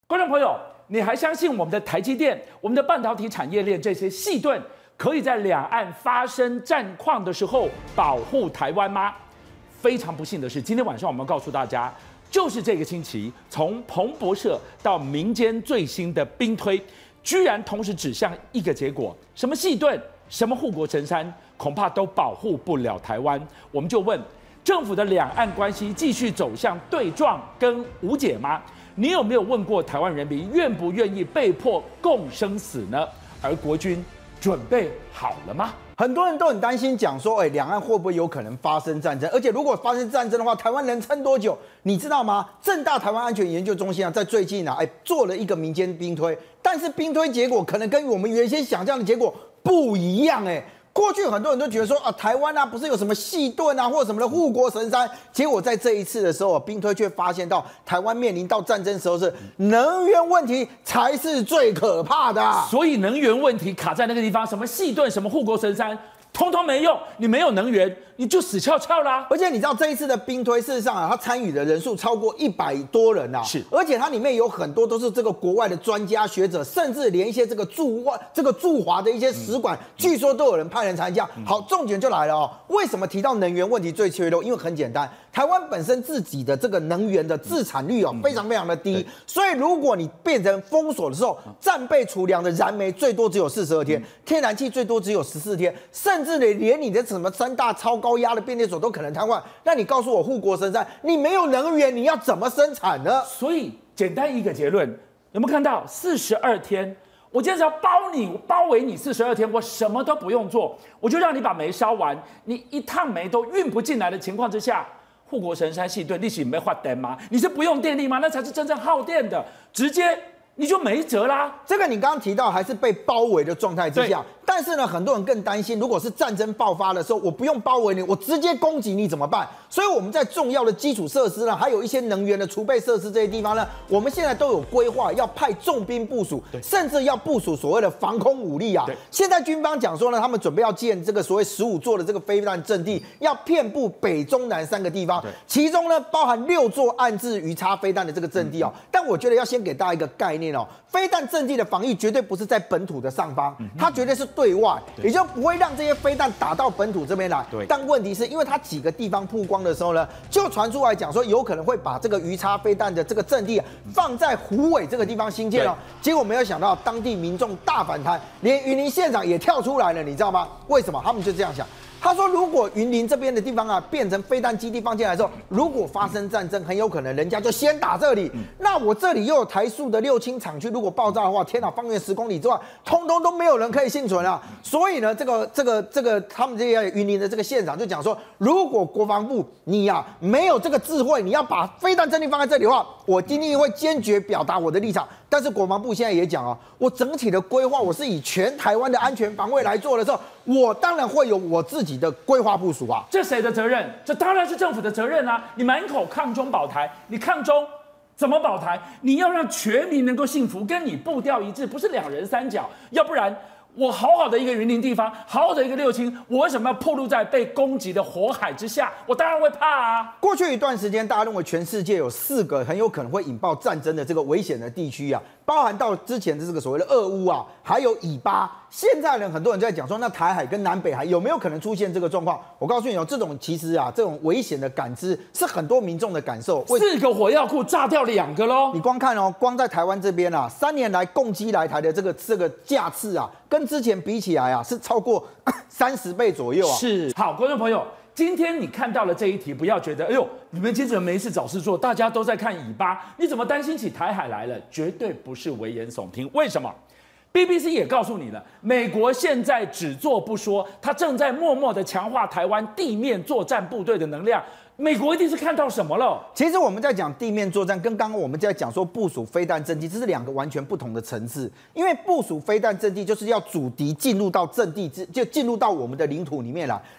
观众朋友，你还相信我们的台积电、我们的半导体产业链这些细盾可以在两岸发生战况的时候保护台湾吗？非常不幸的是，今天晚上我们告诉大家，就是这个星期，从彭博社到民间最新的兵推，居然同时指向一个结果：什么细盾、什么护国神山，恐怕都保护不了台湾。我们就问，政府的两岸关系继续走向对撞跟无解吗？你有没有问过台湾人民愿不愿意被迫共生死呢？而国军准备好了吗？ 很多人都很担心，讲说，两岸会不会有可能发生战争？而且如果发生战争的话，台湾能撑多久？你知道吗？政大台湾安全研究中心啊，在最近啊，做了一个民间兵推，但是兵推结果可能跟我们原先想象的结果不一样，过去很多人都觉得说台湾啊，不是有什么细盾啊，或者什么的护国神山，结果在这一次的时候，兵推却发现到台湾面临到战争时候是能源问题才是最可怕的， 所以能源问题卡在那个地方，什么细盾、什么护国神山，通通没用，你没有能源，你就死翘翘啦。 而且你知道这一次的兵推，事实上啊，他参与的人数超过100多人啊， 是， 而且它里面有很多都是这个国外的专家学者，甚至连一些这个驻华的一些使馆，据说都有人派人参加。好，重点就来了哦，为什么提到能源问题最缺漏？因为很简单，台湾本身自己的这个能源的自产率非常非常的低，所以如果你变成封锁的时候，战备储粮的燃煤最多只有42天，天然气最多只有14天，甚至连你的什么3大超高压的变电所都可能瘫痪。那你告诉我，护国神山，你没有能源，你要怎么生产呢？ 所以简单一个结论，有没有看到42天？我今天只要包围你42天，我什么都不用做，我就让你把煤烧完，你一趟煤都运不进来的情况之下，护国神山细盾，你是没发电吗？你是不用电力吗？那才是真正耗电的，直接你就没辙啦。 这个你刚刚提到还是被包围的状态之下，但是呢，很多人更担心，如果是战争爆发的时候，我不用包围你，我直接攻击你怎么办？所以我们在重要的基础设施呢，还有一些能源的储备设施这些地方呢，我们现在都有规划，要派重兵部署，甚至要部署所谓的防空武力啊。现在军方讲说呢，他们准备要建这个所谓15座的这个飞弹阵地，要遍布北中南3个地方，其中呢包含6座暗制鱼叉飞弹的这个阵地哦。但我觉得要先给大家一个概念哦，飞弹阵地的防御绝对不是在本土的上方，它绝对是对外，也就不会让这些飞弹打到本土这边来。但问题是因为它几个地方曝光的时候呢，就传出来讲说有可能会把这个鱼叉飞弹的这个阵地放在虎尾这个地方新建哦。结果没有想到当地民众大反弹，连云林县长也跳出来了，你知道吗？为什么？他们就这样想。他说，如果云林这边的地方啊变成飞弹基地放进来之后，如果发生战争，很有可能人家就先打这里。那我这里又有台塑的6轻厂区，如果爆炸的话，天哪，方圆10公里之外，通通都没有人可以幸存啊。所以呢，这个他们这些云林的这个县长就讲说，如果国防部你没有这个智慧，你要把飞弹阵地放在这里的话，我今天会坚决表达我的立场。但是国防部现在也讲我整体的规划，我是以全台湾的安全防卫来做的时候，我当然会有我自己的规划部署啊。 这谁的责任？这当然是政府的责任啊！你满口抗中保台，你抗中怎么保台？你要让全民能够幸福，跟你步调一致，不是2人3脚，要不然。我好好的一个云林地方，好好的一个6轻，我为什么要暴露在被攻击的火海之下？我当然会怕啊！ 过去一段时间，大家认为全世界有4个很有可能会引爆战争的这个危险的地区啊，包含到之前的这个所谓的俄乌啊，还有以巴。现在呢，很多人在讲说，那台海跟南北海有没有可能出现这个状况？我告诉你这种其实这种危险的感知是很多民众的感受。 4个火药库炸掉2个喽！ 你光看光在台湾这边3年来共机来台的这个架次跟之前比起来是超过30倍左右啊！ 是好，观众朋友，今天你看到了这一题，不要觉得你们今天没事找事做，大家都在看以巴，你怎么担心起台海来了？绝对不是危言耸听。为什么？ BBC 也告诉你了，美国现在只做不说，他正在默默的强化台湾地面作战部队的能量。美国一定是看到什么了？ 其实我们在讲地面作战，跟刚刚我们在讲说部署飞弹阵地，这是2个完全不同的层次。因为部署飞弹阵地就是要阻敌进入到阵地，就进入到我们的领土里面来。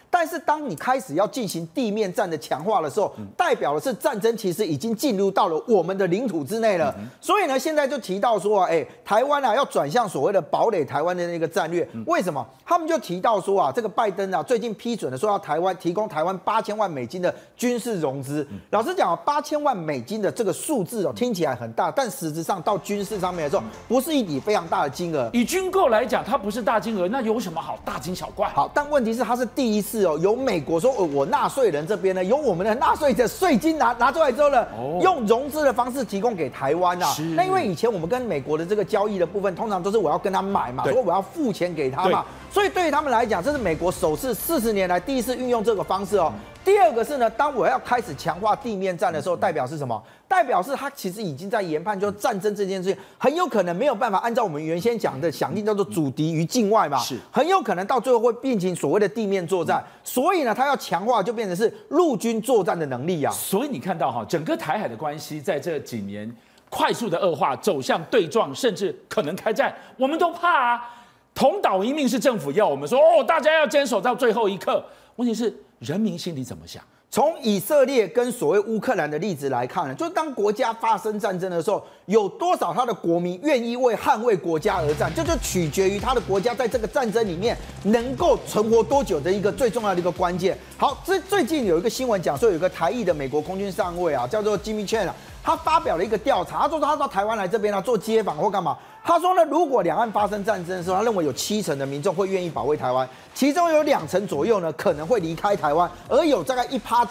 但是当你开始要进行地面战的强化的时候，代表的是战争其实已经进入到了我们的领土之内了。所以呢，现在就提到说台湾啊要转向所谓的堡垒台湾的那个战略。为什么？他们就提到说啊，这个拜登啊最近批准了说要提供台湾8000万美金的军事融资。老实讲，8000万美金的这个数字听起来很大，但实质上到军事上面的时候，不是一笔非常大的金额。 以军购来讲，它不是大金额，那有什么好大惊小怪？ 好，但问题是它是第一次由美国说我纳税人这边呢，由我们的纳税者税金拿出来之后呢，用融资的方式提供给台湾啊。那因为以前我们跟美国的这个交易的部分，通常都是我要跟他买嘛，所以我要付钱给他嘛，所以对于他们来讲，这是美国首次40年来第一次运用这个方式哦。第二个是呢，当我要开始强化地面战的时候，代表是什么？代表是他其实已经在研判，就是战争这件事情很有可能没有办法按照我们原先讲的想定叫做阻敌于境外嘛，很有可能到最后会变成所谓的地面作战。所以呢，他要强化就变成是陆军作战的能力啊。 所以你看到整个台海的关系在这几年快速的恶化，走向对撞，甚至可能开战，我们都怕啊。同岛一命是政府要我们说大家要坚守到最后一刻。问题是人民心里怎么想？ 从以色列跟所谓乌克兰的例子来看呢，就当国家发生战争的时候，有多少他的国民愿意为捍卫国家而战，这就取决于他的国家在这个战争里面能够存活多久的一个最重要的一个关键。好，最近有一个新闻讲说，有一个台裔的美国空军上尉啊，叫做 Jimmy Chan 啊，他发表了一个调查，他说他到台湾来这边做街访或干嘛。他说呢，如果两岸发生战争的时候，他认为有70%的民众会愿意保卫台湾，其中有2%左右呢可能会离开台湾，而有大概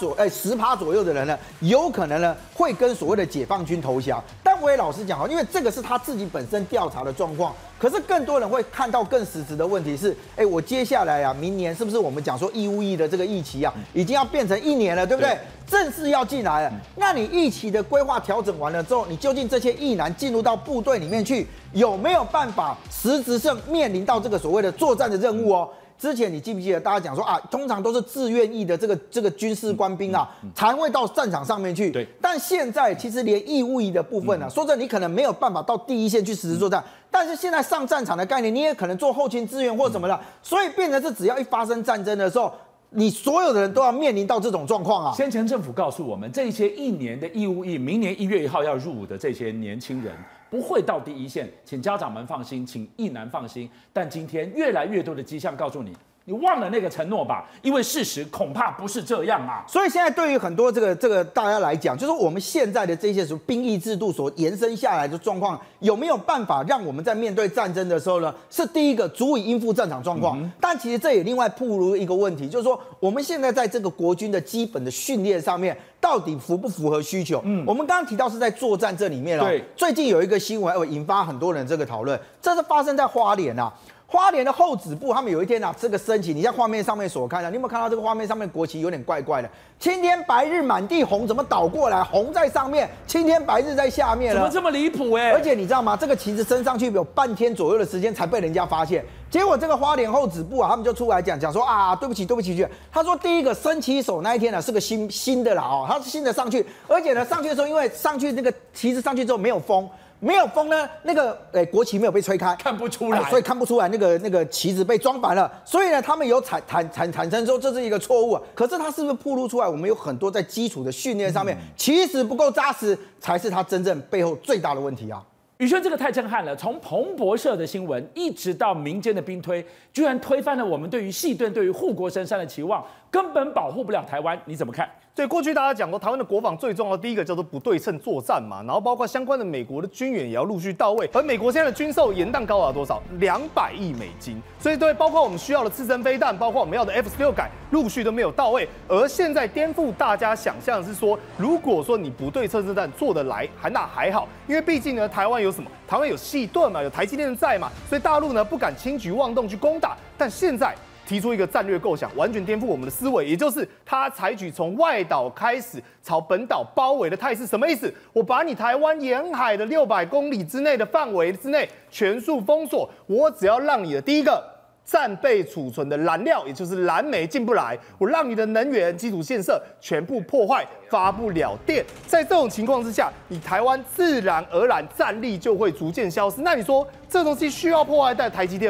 10%左右的人呢，有可能呢会跟所谓的解放军投降。但我也老实讲因为这个是他自己本身调查的状况，可是更多人会看到更实质的问题是，我接下来啊，明年是不是我们讲说义务役的这个役期啊，已经要变成1年了，对不对？正式要进来了，那你役期的规划调整完了之后，你究竟这些役男进入到部队里面去，有没有办法实质上面临到这个所谓的作战的任务哦？之前你记不记得大家讲说啊，通常都是自愿役的这个军事官兵啊，才会到战场上面去。 对。 但现在其实连义务役的部分啊，说真的，你可能没有办法到第一线去实质作战，但是现在上战场的概念，你也可能做后勤支援或什么的，所以变成是只要一发生战争的时候，你所有的人都要面临到这种状况啊！ 先前政府告诉我们，这些1年的义务役，明年1月1号要入伍的这些年轻人不会到第一线，请家长们放心，请役男放心。但今天越来越多的迹象告诉你，你忘了那个承诺吧，因为事实恐怕不是这样啊。 所以现在对于很多这个大家来讲，就是我们现在的这些兵役制度所延伸下来的状况，有没有办法让我们在面对战争的时候呢，是第一个足以应付战场状况？但其实这也另外暴露一个问题，就是说我们现在在这个国军的基本的训练上面，到底符不符合需求？我们刚刚提到是在作战这里面对， 最近有一个新闻引发很多人这个讨论，这是发生在花莲啊。花莲的后指部，他们有一天这个升旗，你在画面上面所看的，你有没有看到这个画面上面国旗有点怪怪的？青天白日满地红，怎么倒过来？红在上面，青天白日在下面了， 怎么这么离谱而且你知道吗？这个旗子升上去有半天左右的时间才被人家发现。结果这个花莲后指部啊，他们就出来讲说啊，对不起。他说第一个升旗手那一天呢是个新的啦他是新的上去，而且呢上去的时候，因为上去那个旗子上去之后没有风。没有风呢，那个国旗没有被吹开， 看不出来， 所以看不出来那个旗子被装反了。所以呢，他们有产生说这是一个错误啊。可是它是不是暴露出来？我们有很多在基础的训练上面其实不够扎实，才是它真正背后最大的问题啊。 宇轩，这个太震撼了！从彭博社的新闻一直到民间的兵推，居然推翻了我们对于细盾、对于护国神山的期望，根本保护不了台湾。你怎么看？ 对，过去大家讲过，台湾的国防最重要的第一个叫做不对称作战嘛，然后包括相关的美国的军援也要陆续到位，而美国现在的军售延宕高达多少？200亿美金，所以对，包括我们需要的刺针飞弹，包括我们要的 F-16改，陆续都没有到位。而现在颠覆大家想象的是说，如果说你不对称作战做得来，那还好，因为毕竟呢，台湾有什么？台湾有细盾嘛，有台积电在嘛，所以大陆呢不敢轻举妄动去攻打，但现在提出一个战略构想，完全颠覆我们的思维，也就是他采取从外岛开始朝本岛包围的态势。什么意思？我把你台湾沿海的600公里之内的范围之内全数封锁，我只要让你的第一个战备储存的燃料，也就是燃煤进不来，我让你的能源基础建设全部破坏，发不了电。在这种情况之下，你台湾自然而然战力就会逐渐消失。那你说这东西需要破坏在台积电吗？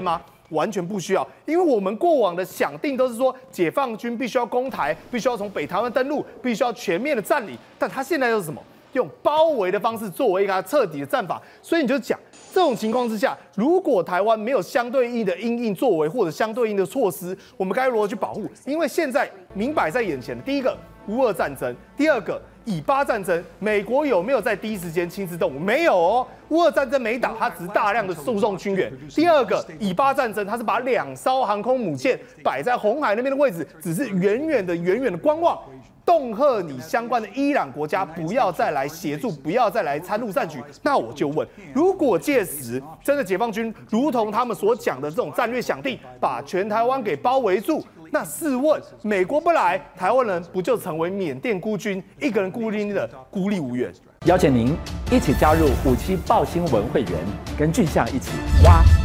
完全不需要，因为我们过往的想定都是说，解放军必须要攻台，必须要从北台湾登陆，必须要全面的占领。但他现在又是什么？用包围的方式作为一个彻底的战法。所以你就讲，这种情况之下，如果台湾没有相对应的因应作为或者相对应的措施，我们该如何去保护？因为现在明摆在眼前的，第一个乌俄战争，第二个以巴战争，美国有没有在第一时间亲自动武？没有哦，乌俄战争没打，它只是大量的输送军援。第二个以巴战争，它是把2艘航空母舰摆在红海那边的位置，只是远远的观望。恫吓你相关的伊朗国家不要再来协助，不要再来参入战局。那我就问，如果届时真的解放军如同他们所讲的这种战略想定，把全台湾给包围住，那试问美国不来，台湾人不就成为缅甸孤军，一个人孤零零的孤立无援？ 邀请您一起加入57爆新闻会员，跟俊相一起挖